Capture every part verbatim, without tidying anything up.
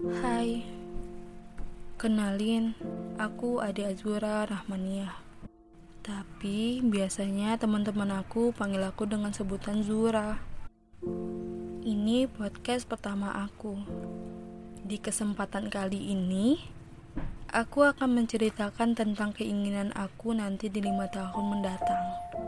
Hai, kenalin, aku Ade Azura Rahmaniah. Tapi biasanya teman-teman aku panggil aku dengan sebutan Zura. Ini podcast pertama aku. Di kesempatan kali ini, aku akan menceritakan tentang keinginan aku nanti di lima tahun mendatang.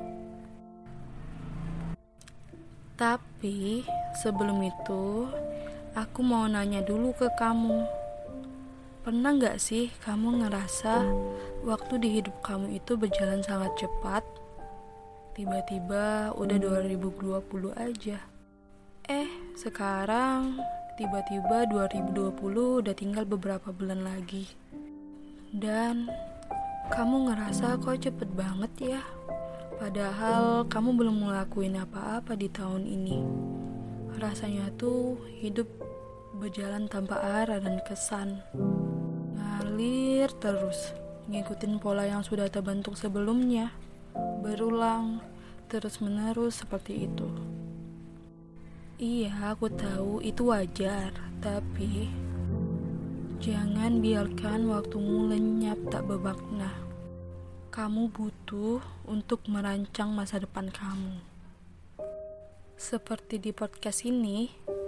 Tapi sebelum itu, aku mau nanya dulu ke kamu. Pernah gak sih kamu ngerasa waktu di hidup kamu itu berjalan sangat cepat? Tiba-tiba udah dua ribu dua puluh aja. Eh, sekarang tiba-tiba dua ribu dua puluh udah tinggal beberapa bulan lagi. Dan kamu ngerasa kok cepet banget ya? Padahal kamu belum ngelakuin apa-apa di tahun ini. Rasanya tuh hidup berjalan tanpa arah dan kesan. Ngalir terus, ngikutin pola yang sudah terbentuk sebelumnya. Berulang, terus-menerus seperti itu. Iya, aku tahu itu wajar, tapi jangan biarkan waktumu lenyap tak bermakna. Kamu butuh untuk merancang masa depan kamu. Seperti di podcast ini,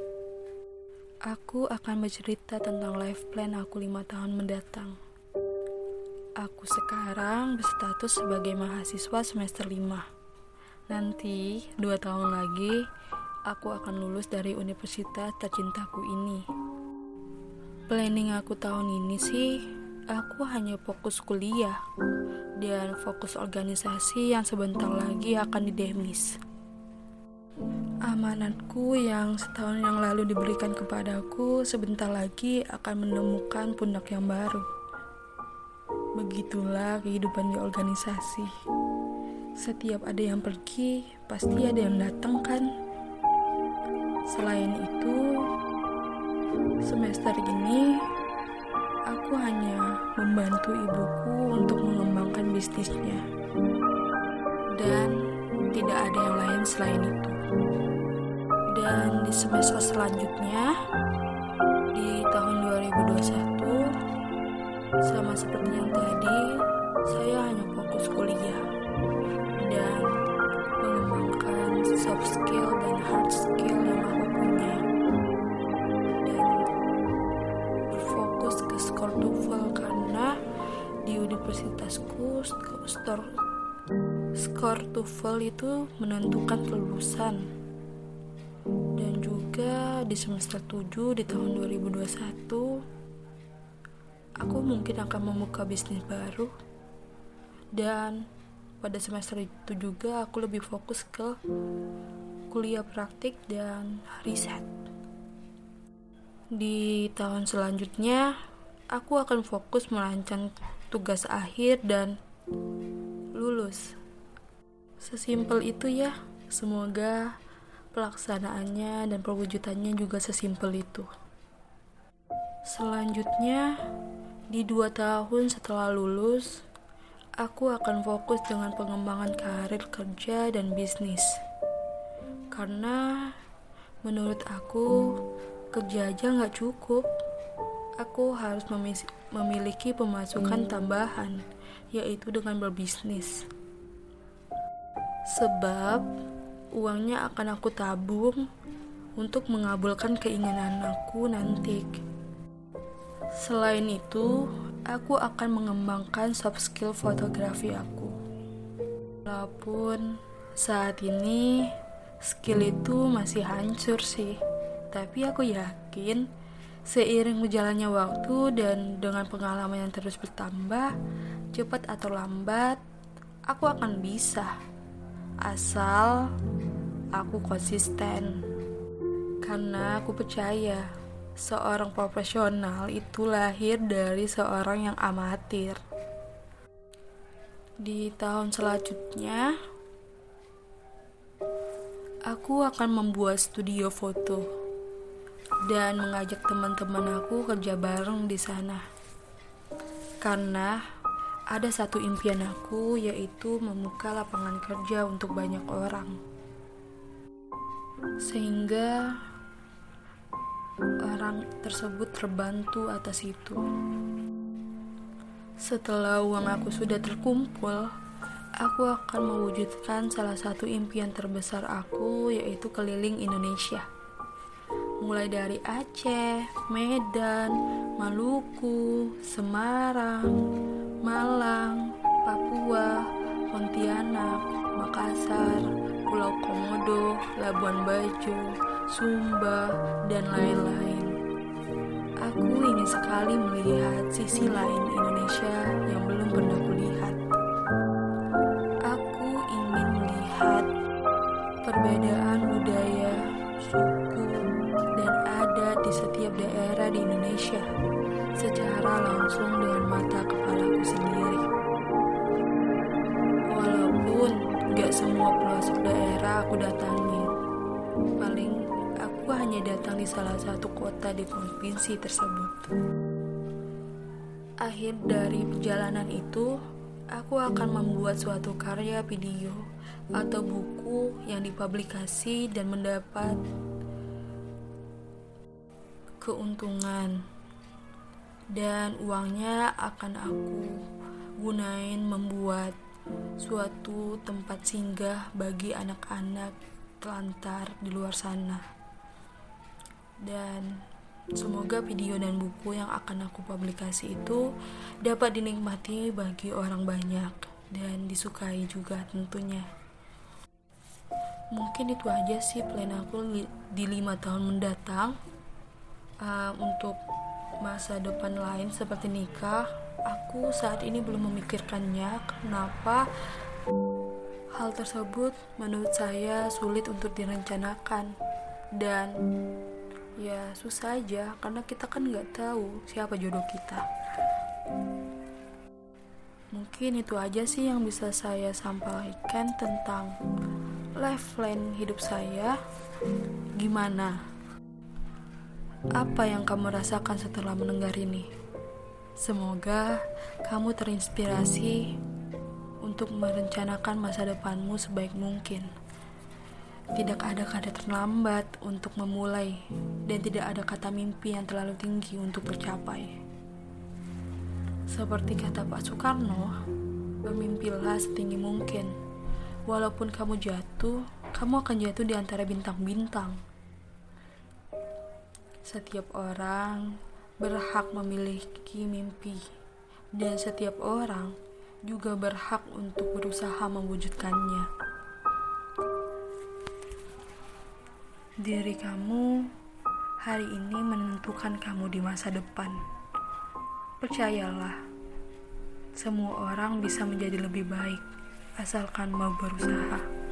aku akan bercerita tentang life plan aku lima tahun mendatang. Aku sekarang berstatus sebagai mahasiswa semester lima. Nanti, dua tahun lagi, aku akan lulus dari universitas tercintaku ini. Planning aku tahun ini sih, aku hanya fokus kuliah dan fokus organisasi yang sebentar lagi akan didemis. Amanatku yang setahun yang lalu diberikan kepadaku sebentar lagi akan menemukan pundak yang baru. Begitulah kehidupan di organisasi. Setiap ada yang pergi, pasti ada yang datang kan? Selain itu, semester ini aku hanya membantu ibuku untuk mengembangkan bisnisnya. Dan tidak ada yang lain selain itu. Dan di semester selanjutnya, di tahun dua ribu dua puluh satu, sama seperti yang tadi, saya hanya fokus kuliah dan mengembangkan soft skill dan hard skill yang aku punya, dan berfokus ke skor TOEFL karena di universitasku skor skor TOEFL itu menentukan kelulusan. Dan juga di semester tujuh di tahun dua ribu dua puluh satu, aku mungkin akan membuka bisnis baru. Dan pada semester itu juga aku lebih fokus ke kuliah praktik dan riset. Di tahun selanjutnya, aku akan fokus merancang tugas akhir dan lulus. Sesimpel itu ya. Semoga pelaksanaannya dan perwujudannya juga sesimpel itu. Selanjutnya, di dua tahun setelah lulus, aku akan fokus dengan pengembangan karir kerja dan bisnis. Karena menurut aku, kerja aja gak cukup. Aku harus memiliki pemasukan tambahan, yaitu dengan berbisnis. Sebab uangnya akan aku tabung untuk mengabulkan keinginan aku nanti. Selain itu, aku akan mengembangkan soft skill fotografi aku. Walaupun saat ini skill itu masih hancur sih, tapi aku yakin seiring berjalannya waktu dan dengan pengalaman yang terus bertambah, cepat atau lambat, aku akan bisa. Asal aku konsisten. Karena aku percaya seorang profesional itu lahir dari seorang yang amatir. Di tahun selanjutnya, aku akan membuat studio foto dan mengajak teman-teman aku kerja bareng di sana. Karena ada satu impian aku, yaitu membuka lapangan kerja untuk banyak orang. Sehingga orang tersebut terbantu atas itu. Setelah uang aku sudah terkumpul, aku akan mewujudkan salah satu impian terbesar aku, yaitu keliling Indonesia. Mulai dari Aceh, Medan, Maluku, Semarang, Malang, Papua, Pontianak, Makassar, Pulau Komodo, Labuan Bajo, Sumba, dan lain-lain. Aku ingin sekali melihat sisi lain Indonesia yang belum pernah kulihat. Aku ingin melihat perbedaan budaya, suku, dan adat di setiap daerah di Indonesia secara langsung dengan mata kepalaku sendiri. Walaupun gak semua pelosok daerah aku datangi, paling aku hanya datang di salah satu kota di provinsi tersebut. Akhir dari perjalanan itu, aku akan membuat suatu karya video atau buku yang dipublikasi dan mendapat keuntungan, dan uangnya akan aku gunain membuat suatu tempat singgah bagi anak-anak telantar di luar sana. Dan semoga video dan buku yang akan aku publikasi itu dapat dinikmati bagi orang banyak dan disukai juga tentunya. Mungkin itu aja sih plan aku di lima tahun mendatang. Uh, untuk masa depan lain seperti nikah, aku saat ini belum memikirkannya. Kenapa? Hal tersebut menurut saya sulit untuk direncanakan, dan ya susah aja karena kita kan nggak tahu siapa jodoh kita. Mungkin itu aja sih yang bisa saya sampaikan tentang life plan hidup saya. Gimana? Apa yang kamu rasakan setelah mendengar ini? Semoga kamu terinspirasi untuk merencanakan masa depanmu sebaik mungkin. Tidak ada kata terlambat untuk memulai, dan tidak ada kata mimpi yang terlalu tinggi untuk tercapai. Seperti kata Pak Soekarno, bermimpilah setinggi mungkin. Walaupun kamu jatuh, kamu akan jatuh di antara bintang-bintang. Setiap orang berhak memiliki mimpi, dan setiap orang juga berhak untuk berusaha mewujudkannya. Diri kamu hari ini menentukan kamu di masa depan. Percayalah, semua orang bisa menjadi lebih baik asalkan mau berusaha.